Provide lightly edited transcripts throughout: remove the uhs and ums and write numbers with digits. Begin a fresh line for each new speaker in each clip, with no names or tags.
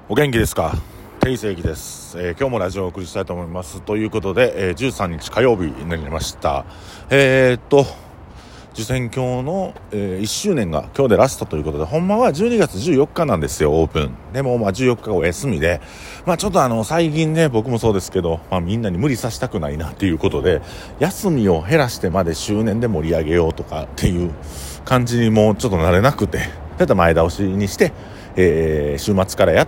お元気ですか？定世紀です。今日もラジオをお送りしたいと思います。ということで、13日火曜日になりました。受選教の、1周年が今日でラストということで、ほんまは12月14日なんですよ、オープン。でも14日がお休みで、ちょっと最近ね、僕もそうですけど、みんなに無理させたくないなっていうことで、休みを減らしてまで周年で盛り上げようとかっていう感じにもちょっと慣れなくて、だいたい前倒しにして、週末からやって、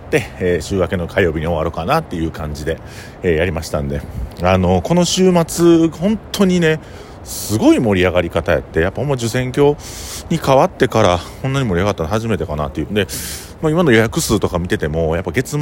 週明けの火曜日に終わるかなっていう感じで、やりましたんで、この週末本当にねすごい盛り上がり方やって、やっぱ受選教に変わってからこんなに盛り上がったの初めてかなっていうで、今の予約数とか見ててもやっぱ月末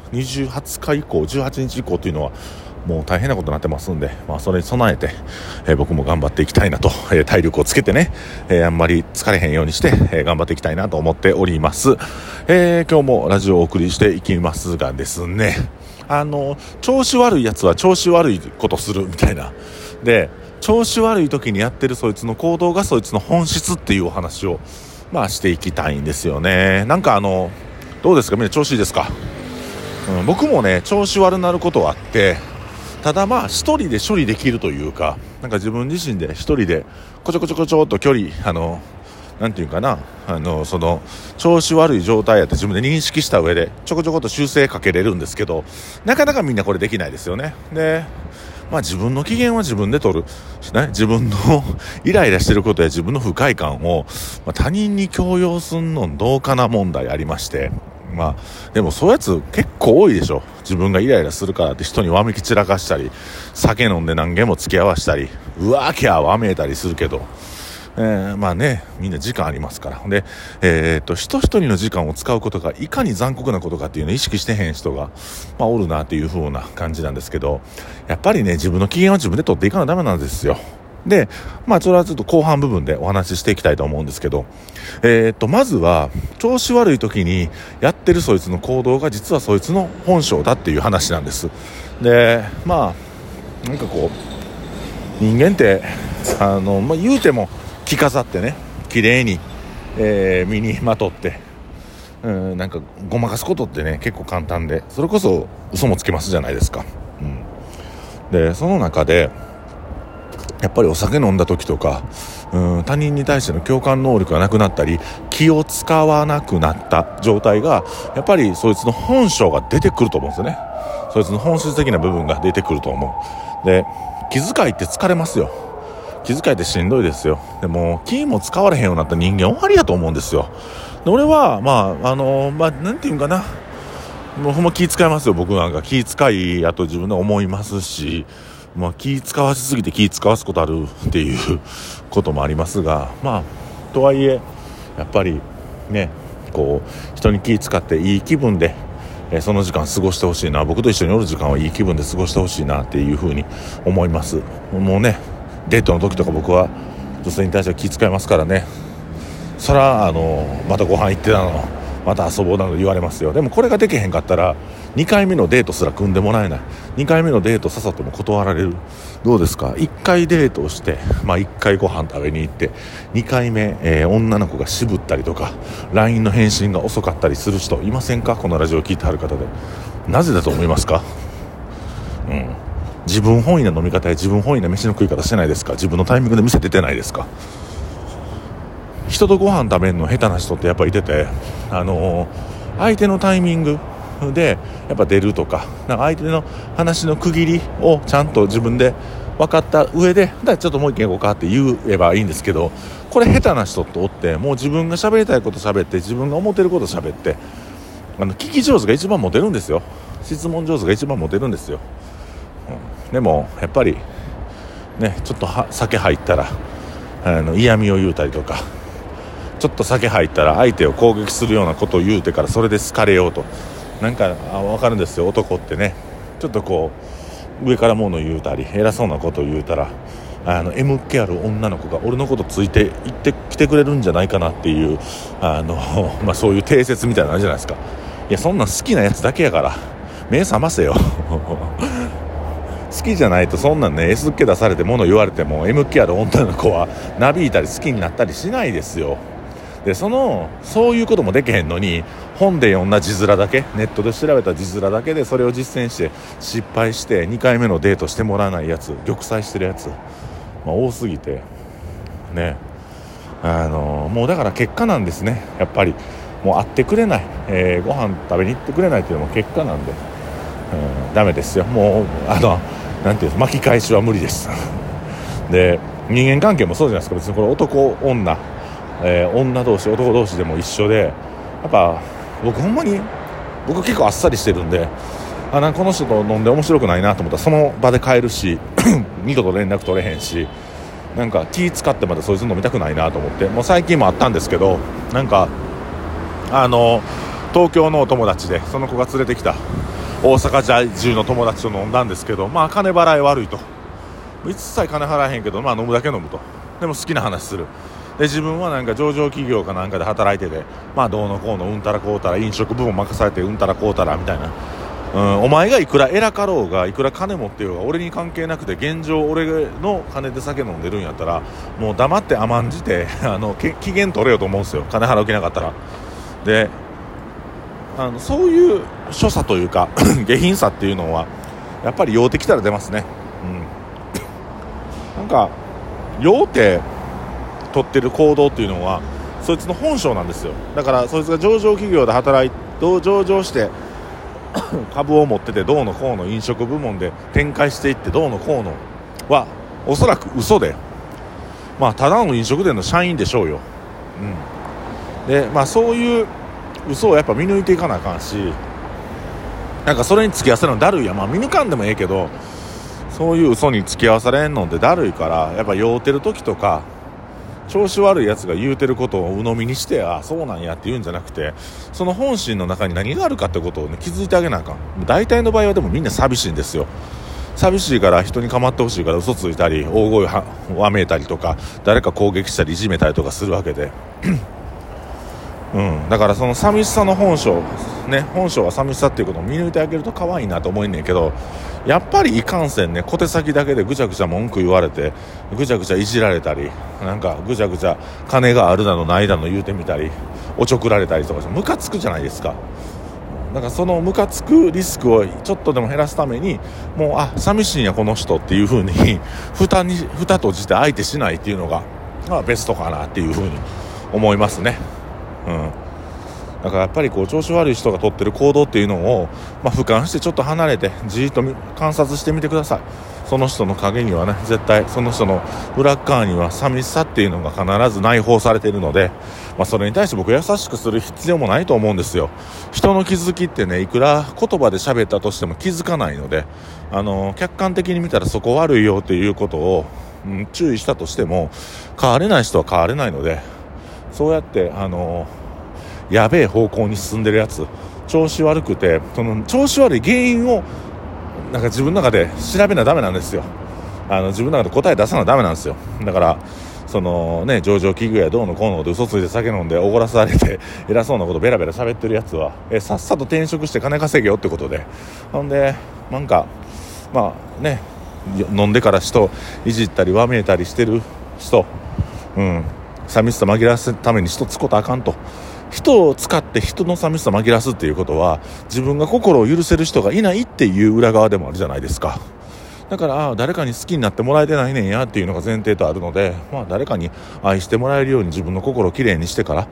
20日以降18日以降っていうのはもう大変なことになってますんで、それに備えて、僕も頑張っていきたいなと、体力をつけてね、あんまり疲れへんようにして、頑張っていきたいなと思っております。今日もラジオをお送りしていきますがですね、調子悪いやつは調子悪いことするみたいなで、調子悪い時にやってるそいつの行動がそいつの本質っていうお話をしていきたいんですよね。なんかどうですか、みんな調子いいですか？僕もね調子悪なることはあって、ただ一人で処理できるというか、なんか自分自身で一人でこちょこちょこちょっと距離なんていうかな、その調子悪い状態やって自分で認識した上でちょこちょこっと修正かけれるんですけど、なかなかみんなこれできないですよね。で自分の機嫌は自分で取る、ね、自分のイライラしてることや自分の不快感を、他人に強要すんのどうかな問題ありまして、でもそういうやつ結構多いでしょ。自分がイライラするからって人にわめき散らかしたり、酒飲んで何軒も付き合わしたり、うわーきゃわめいたりするけど、みんな時間ありますから。で、人一人の時間を使うことがいかに残酷なことかっていうのを意識してへん人が、おるなっていう風な感じなんですけど、やっぱりね、自分の機嫌は自分で取っていかなダメなんですよ。で、それはちょっと後半部分でお話ししていきたいと思うんですけど、まずは調子悪い時にやってるそいつの行動が実はそいつの本性だっていう話なんです。で、なんかこう人間って言うても着飾ってね、綺麗に、身にまとって、なんかごまかすことってね結構簡単で、それこそ嘘もつけますじゃないですか。でその中でやっぱりお酒飲んだ時とか、他人に対しての共感能力がなくなったり気を使わなくなった状態がやっぱりそいつの本性が出てくると思うんですよね。そいつの本質的な部分が出てくると思う。で、気遣いって疲れますよ。気遣いってしんどいですよ。でも気も使われへんようになった人間終わりやと思うんですよ。で俺はなんていうんかな、もうほんま気遣いますよ。僕なんか気遣いやと自分で思いますし、気使わしすぎて気使わすことあるっていうこともありますが、とはいえやっぱりね、こう人に気使っていい気分でその時間過ごしてほしいな、僕と一緒におる時間はいい気分で過ごしてほしいなっていうふうに思います。もうね、デートの時とか僕は女性に対しては気遣いますからね。そらまたご飯行ってたの、また遊ぼうなど言われますよ。でもこれができへんかったら2回目のデートすら組んでもらえない。2回目のデート誘っても断られる。どうですか？1回デートをして、1回ご飯食べに行って2回目、女の子が渋ったりとか LINE の返信が遅かったりする人いませんか？このラジオを聞いてはる方で。なぜだと思いますか？自分本位な飲み方や自分本位な飯の食い方してないですか？自分のタイミングで店出てないですか？人とご飯食べるの下手な人ってやっぱりいてて、相手のタイミングでやっぱ出るとか、相手の話の区切りをちゃんと自分で分かった上で、ちょっともう一軒行こうかって言えばいいんですけど、これ下手な人っておって、もう自分が喋りたいこと喋って自分が思ってること喋って、聞き上手が一番モテるんですよ。質問上手が一番モテるんですよ。でもやっぱりね、ちょっと酒入ったら嫌味を言うたりとか、ちょっと酒入ったら相手を攻撃するようなことを言うてからそれで好かれようと、なんか分かるんですよ。男ってね、ちょっとこう上から物言うたり偉そうなことを言うたらM 気ある女の子が俺のことついて行ってきてくれるんじゃないかなっていうそういう定説みたいなのあるじゃないですか。いや、そんなん好きなやつだけやから目覚ませよ好きじゃないとそんなんね S っ気出されて物言われても M 気ある女の子はなびいたり好きになったりしないですよ。でそういうこともできへんのに本で読んだ字面だけ、ネットで調べた字面だけでそれを実践して失敗して2回目のデートしてもらわないやつ、玉砕してるやつ、多すぎてね、もうだから結果なんですね。やっぱりもう会ってくれない、ご飯食べに行ってくれないっていうのも結果なんで、ダメですよ。もうなんていう巻き返しは無理ですで、人間関係もそうじゃないですか。別にこれ男女、女同士男同士でも一緒で、やっぱ僕結構あっさりしてるんで、なんかこの人と飲んで面白くないなと思ったらその場で帰るし二度と連絡取れへんし、なんか気使ってまでそいつ飲みたくないなと思って、もう最近もあったんですけど、なんか東京のお友達でその子が連れてきた大阪在住の友達と飲んだんですけど、金払い悪いと、一切金払えへんけど飲むだけ飲むと、でも好きな話するで、自分はなんか上場企業かなんかで働いてて、どうのこうのうんたらこうたら、飲食部門任されてうんたらこうたらみたいな、お前がいくら偉かろうがいくら金持ってようが俺に関係なくて、現状俺の金で酒飲んでるんやったらもう黙って甘んじて機嫌取れよと思うんですよ、金払う気なかったら。でそういう所作というか下品さっていうのはやっぱり酔うてきたら出ますね。なんか酔うて取ってる行動っていうのはそいつの本性なんですよ。だからそいつが上場企業で上場して株を持っててどうのこうの、飲食部門で展開していってどうのこうのはおそらく嘘で、ただの飲食店の社員でしょうよ。でそういう嘘をやっぱ見抜いていかなあかんし、なんかそれに付き合わせるのだるいや、見抜かんでもええけど、そういう嘘に付き合わされんのってだるいから、やっぱ酔うてる時とか調子悪いやつが言うてることを鵜呑みにして、そうなんやって言うんじゃなくて、その本心の中に何があるかってことをね、気づいてあげなあかん。大体の場合はでもみんな寂しいんですよ。寂しいから人に構ってほしいから嘘ついたり大声わめいたりとか、誰か攻撃したりいじめたりとかするわけでだからその寂しさの本性は寂しさっていうことを見抜いてあげると可愛いなと思えんねんけど、やっぱりいかんせんね、小手先だけでぐちゃぐちゃ文句言われてぐちゃぐちゃいじられたり、なんかぐちゃぐちゃ金があるだのないだの言うてみたりおちょくられたりとかムカつくじゃないですか。だからそのムカつくリスクをちょっとでも減らすために、もう寂しいんやこの人っていう風に蓋閉じて相手しないっていうのが、ベストかなっていう風に思いますね。だからやっぱり調子悪い人が取ってる行動っていうのを、俯瞰してちょっと離れてじーっと観察してみてください。その人の陰にはね、絶対その人の裏側には寂しさっていうのが必ず内包されているので、それに対して僕優しくする必要もないと思うんですよ。人の気づきってね、いくら言葉で喋ったとしても気づかないので、客観的に見たらそこ悪いよっていうことを、注意したとしても変われない人は変われないので、そうやってやべえ方向に進んでるやつ、調子悪くて、その調子悪い原因をなんか自分の中で調べなダメなんですよ。自分の中で答え出さなダメなんですよ。だからそのね、上場企業やどうのこうので嘘ついて酒飲んでおごらされて偉そうなことベラベラ喋ってるやつはさっさと転職して金稼げよってことで、ほんでなんか飲んでから人いじったりわめいたりしてる人、寂しさ紛らわすために人つことあかんと。人を使って人の寂しさ紛らわすっていうことは、自分が心を許せる人がいないっていう裏側でもあるじゃないですか。だから誰かに好きになってもらえてないねんやっていうのが前提とあるので、誰かに愛してもらえるように自分の心をきれいにしてから、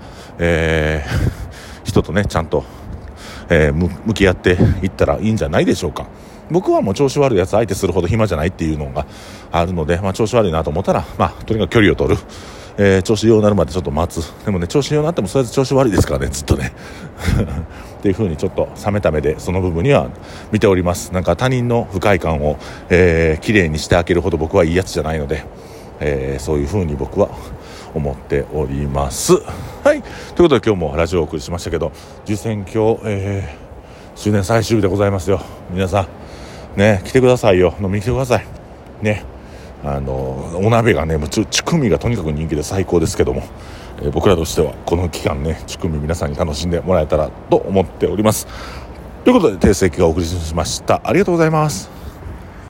人とねちゃんと、向き合っていったらいいんじゃないでしょうか。僕はもう調子悪いやつ相手するほど暇じゃないっていうのがあるので、調子悪いなと思ったらとにかく距離を取る。調子良くなるまでちょっと待つ。でもね、調子良くなってもそれで調子悪いですからね、ずっとねっていう風にちょっと冷めた目でその部分には見ております。なんか他人の不快感を、きれいにしてあげるほど僕はいいやつじゃないので、そういう風に僕は思っております。はい、ということで今日もラジオをお送りしましたけど、受選挙、周年最終日でございますよ。皆さんね、来てくださいよ。飲みに来てくださいね。お鍋がね、チュクミがとにかく人気で最高ですけども、僕らとしてはこの期間ね、チュクミ皆さんに楽しんでもらえたらと思っております。ということで訂正がお送りしました。ありがとうございます。